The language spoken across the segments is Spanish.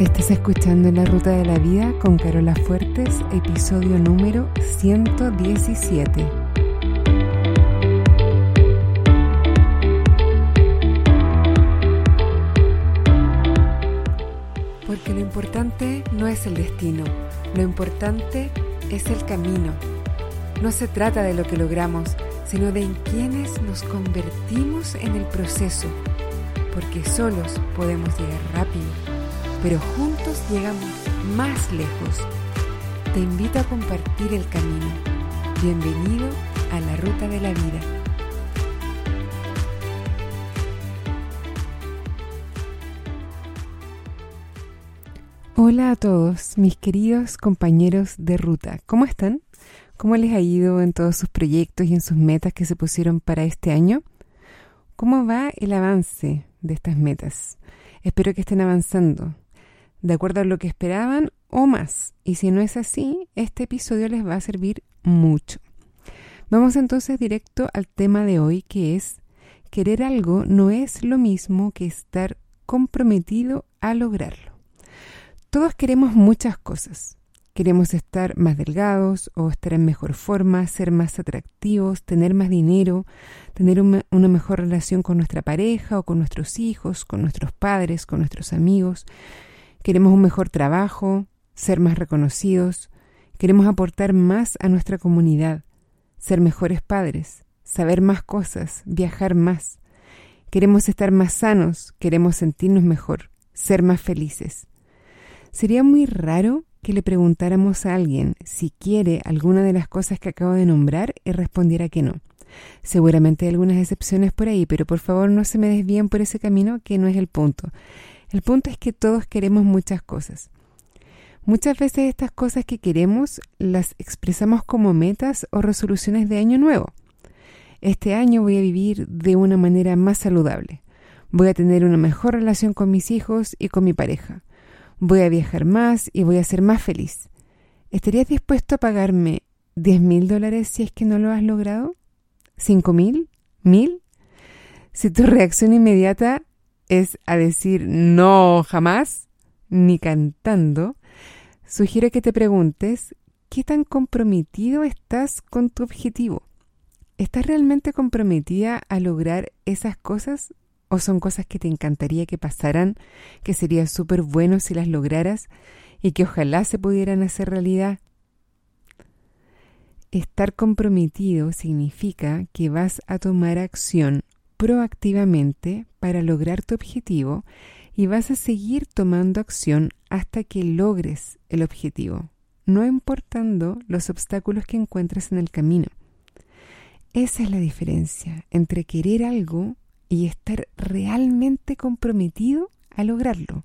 Estás escuchando La Ruta de la Vida con Carola Fuertes, episodio número 117. Porque lo importante no es el destino, lo importante es el camino. No se trata de lo que logramos, sino de en quienes nos convertimos en el proceso. Porque solos podemos llegar rápido, pero juntos llegamos más lejos. Te invito a compartir el camino. Bienvenido a La Ruta de la Vida. Hola a todos, mis queridos compañeros de ruta. ¿Cómo están? ¿Cómo les ha ido en todos sus proyectos y en sus metas que se pusieron para este año? ¿Cómo va el avance de estas metas? Espero que estén avanzando de acuerdo a lo que esperaban o más. Y si no es así, este episodio les va a servir mucho. Vamos entonces directo al tema de hoy, que es: querer algo no es lo mismo que estar comprometido a lograrlo. Todos queremos muchas cosas. Queremos estar más delgados o estar en mejor forma, ser más atractivos, tener más dinero, tener una mejor relación con nuestra pareja o con nuestros hijos, con nuestros padres, con nuestros amigos. Queremos un mejor trabajo, ser más reconocidos. Queremos aportar más a nuestra comunidad, ser mejores padres, saber más cosas, viajar más. Queremos estar más sanos, queremos sentirnos mejor, ser más felices. Sería muy raro que le preguntáramos a alguien si quiere alguna de las cosas que acabo de nombrar y respondiera que no. Seguramente hay algunas excepciones por ahí, pero por favor no se me desvíen por ese camino, que no es el punto. El punto es que todos queremos muchas cosas. Muchas veces estas cosas que queremos las expresamos como metas o resoluciones de año nuevo. Este año voy a vivir de una manera más saludable. Voy a tener una mejor relación con mis hijos y con mi pareja. Voy a viajar más y voy a ser más feliz. ¿Estarías dispuesto a pagarme $10,000 si es que no lo has logrado? ¿5,000? ¿1,000? Si tu reacción inmediata es a decir no, jamás, ni cantando, sugiero que te preguntes: ¿qué tan comprometido estás con tu objetivo? ¿Estás realmente comprometida a lograr esas cosas? ¿O son cosas que te encantaría que pasaran, que sería súper bueno si las lograras y que ojalá se pudieran hacer realidad? Estar comprometido significa que vas a tomar acción proactivamente para lograr tu objetivo y vas a seguir tomando acción hasta que logres el objetivo, no importando los obstáculos que encuentres en el camino. Esa es la diferencia entre querer algo y estar realmente comprometido a lograrlo.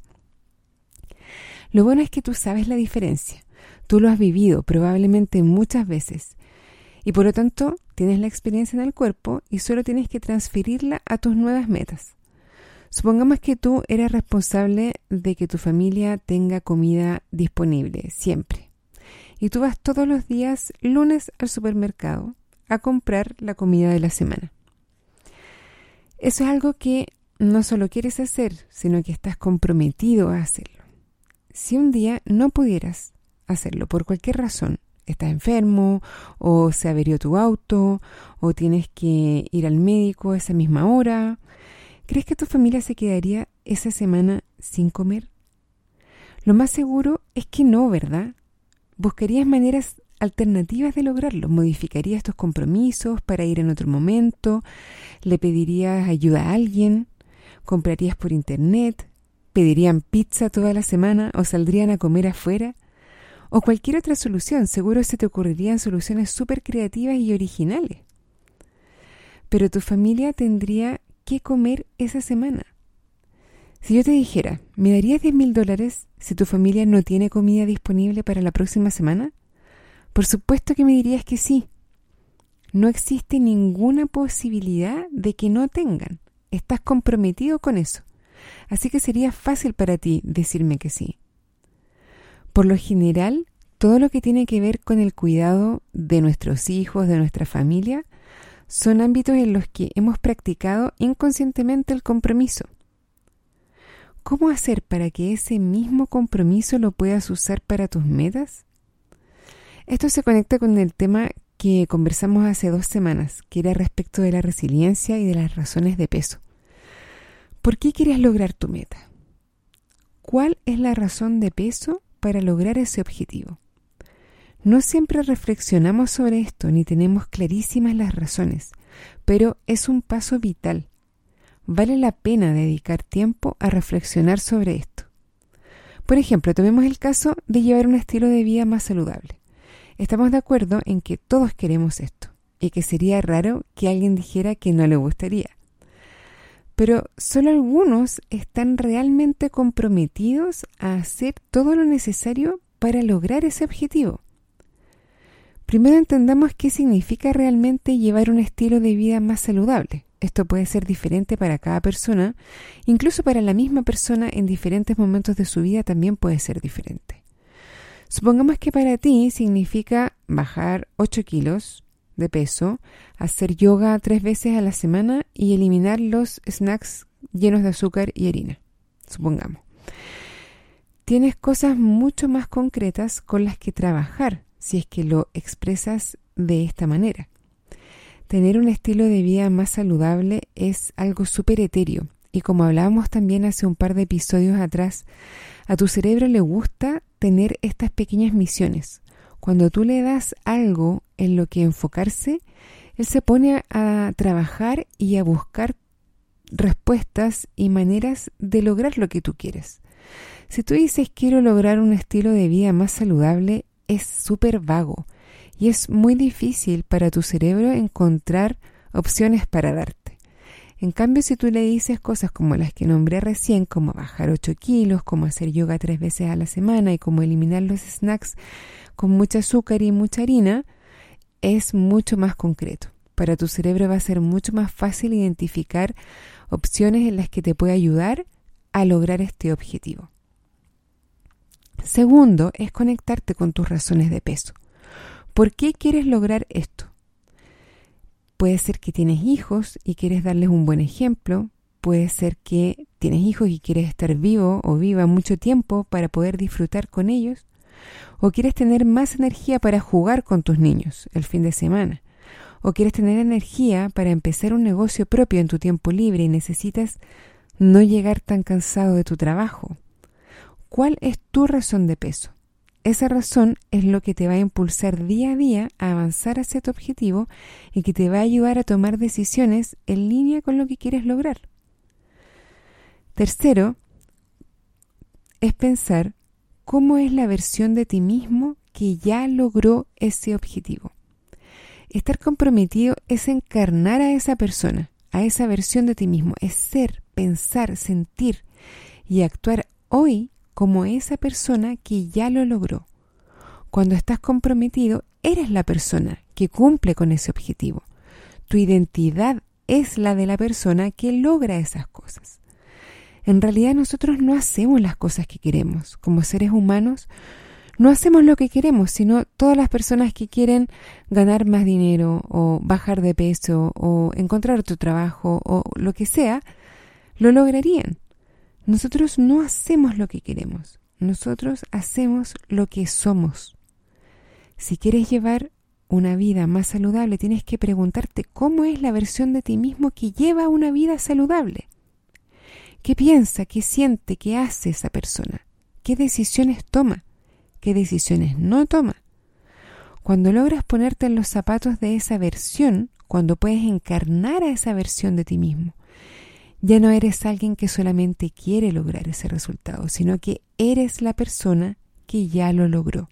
Lo bueno es que tú sabes la diferencia. Tú lo has vivido probablemente muchas veces y por lo tanto tienes la experiencia en el cuerpo y solo tienes que transferirla a tus nuevas metas. Supongamos que tú eres responsable de que tu familia tenga comida disponible siempre y tú vas todos los días lunes al supermercado a comprar la comida de la semana. Eso es algo que no solo quieres hacer, sino que estás comprometido a hacerlo. Si un día no pudieras hacerlo por cualquier razón, estás enfermo o se averió tu auto o tienes que ir al médico a esa misma hora, ¿crees que tu familia se quedaría esa semana sin comer? Lo más seguro es que no, ¿verdad? Buscarías maneras alternativas de lograrlo. Modificarías tus compromisos para ir en otro momento, le pedirías ayuda a alguien, comprarías por internet, pedirían pizza toda la semana o saldrían a comer afuera o cualquier otra solución. Seguro se te ocurrirían soluciones súper creativas y originales. Pero tu familia tendría que comer esa semana. Si yo te dijera, ¿me darías $10,000 si tu familia no tiene comida disponible para la próxima semana? Por supuesto que me dirías que sí. No existe ninguna posibilidad de que no tengan. Estás comprometido con eso. Así que sería fácil para ti decirme que sí. Por lo general, todo lo que tiene que ver con el cuidado de nuestros hijos, de nuestra familia, son ámbitos en los que hemos practicado inconscientemente el compromiso. ¿cómo hacer para que ese mismo compromiso lo puedas usar para tus metas? Esto se conecta con el tema que conversamos hace 2 semanas, que era respecto de la resiliencia y de las razones de peso. ¿Por qué quieres lograr tu meta? ¿Cuál es la razón de peso para lograr ese objetivo? No siempre reflexionamos sobre esto ni tenemos clarísimas las razones, pero es un paso vital. Vale la pena dedicar tiempo a reflexionar sobre esto. Por ejemplo, tomemos el caso de llevar un estilo de vida más saludable. Estamos de acuerdo en que todos queremos esto y que sería raro que alguien dijera que no le gustaría. Pero solo algunos están realmente comprometidos a hacer todo lo necesario para lograr ese objetivo. Primero entendamos qué significa realmente llevar un estilo de vida más saludable. Esto puede ser diferente para cada persona, incluso para la misma persona en diferentes momentos de su vida también puede ser diferente. Supongamos que para ti significa bajar 8 kilos de peso, hacer yoga 3 veces a la semana y eliminar los snacks llenos de azúcar y harina. Supongamos. Tienes cosas mucho más concretas con las que trabajar si es que lo expresas de esta manera. Tener un estilo de vida más saludable es algo súper etéreo y como hablábamos también hace un par de episodios atrás, a tu cerebro le gusta tener estas pequeñas misiones. Cuando tú le das algo en lo que enfocarse, él se pone a trabajar y a buscar respuestas y maneras de lograr lo que tú quieres. Si tú dices quiero lograr un estilo de vida más saludable, es súper vago y es muy difícil para tu cerebro encontrar opciones para darte. En cambio, si tú le dices cosas como las que nombré recién, como bajar 8 kilos, como hacer yoga 3 veces a la semana y como eliminar los snacks con mucho azúcar y mucha harina, es mucho más concreto. Para tu cerebro va a ser mucho más fácil identificar opciones en las que te puede ayudar a lograr este objetivo. Segundo, es conectarte con tus razones de peso. ¿Por qué quieres lograr esto? Puede ser que tienes hijos y quieres darles un buen ejemplo. Puede ser que tienes hijos y quieres estar vivo o viva mucho tiempo para poder disfrutar con ellos. O quieres tener más energía para jugar con tus niños el fin de semana. O quieres tener energía para empezar un negocio propio en tu tiempo libre y necesitas no llegar tan cansado de tu trabajo. ¿Cuál es tu razón de peso? Esa razón es lo que te va a impulsar día a día a avanzar hacia tu objetivo y que te va a ayudar a tomar decisiones en línea con lo que quieres lograr. Tercero, es pensar cómo es la versión de ti mismo que ya logró ese objetivo. Estar comprometido es encarnar a esa persona, a esa versión de ti mismo, es ser, pensar, sentir y actuar hoy como esa persona que ya lo logró. Cuando estás comprometido, eres la persona que cumple con ese objetivo. Tu identidad es la de la persona que logra esas cosas. En realidad nosotros no hacemos las cosas que queremos. Como seres humanos, no hacemos lo que queremos, sino todas las personas que quieren ganar más dinero o bajar de peso o encontrar otro trabajo o lo que sea, lo lograrían. Nosotros no hacemos lo que queremos, nosotros hacemos lo que somos. Si quieres llevar una vida más saludable, tienes que preguntarte cómo es la versión de ti mismo que lleva una vida saludable. ¿Qué piensa, qué siente, qué hace esa persona? ¿Qué decisiones toma? ¿Qué decisiones no toma? Cuando logras ponerte en los zapatos de esa versión, cuando puedes encarnar a esa versión de ti mismo, ya no eres alguien que solamente quiere lograr ese resultado, sino que eres la persona que ya lo logró.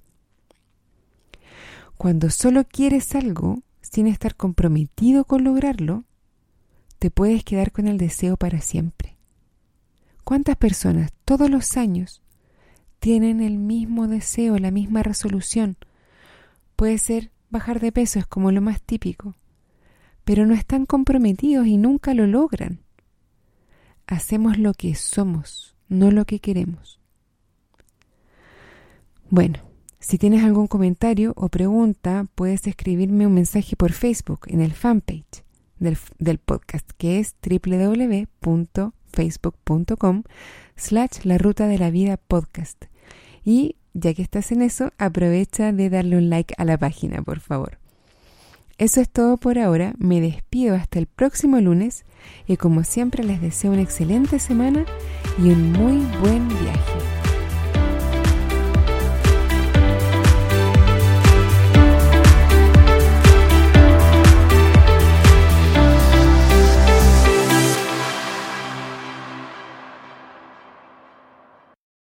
Cuando solo quieres algo, sin estar comprometido con lograrlo, te puedes quedar con el deseo para siempre. ¿Cuántas personas todos los años tienen el mismo deseo, la misma resolución? Puede ser bajar de peso, es como lo más típico, pero no están comprometidos y nunca lo logran. Hacemos lo que somos, no lo que queremos. Bueno, si tienes algún comentario o pregunta, puedes escribirme un mensaje por Facebook en el fanpage del podcast, que es www.facebook.com/fanpage facebook.com/La Ruta de la Vida podcast. Y ya que estás en eso, aprovecha de darle un like a la página, por favor. Eso es todo por ahora, me despido hasta el próximo lunes y como siempre les deseo una excelente semana y un muy buen viaje.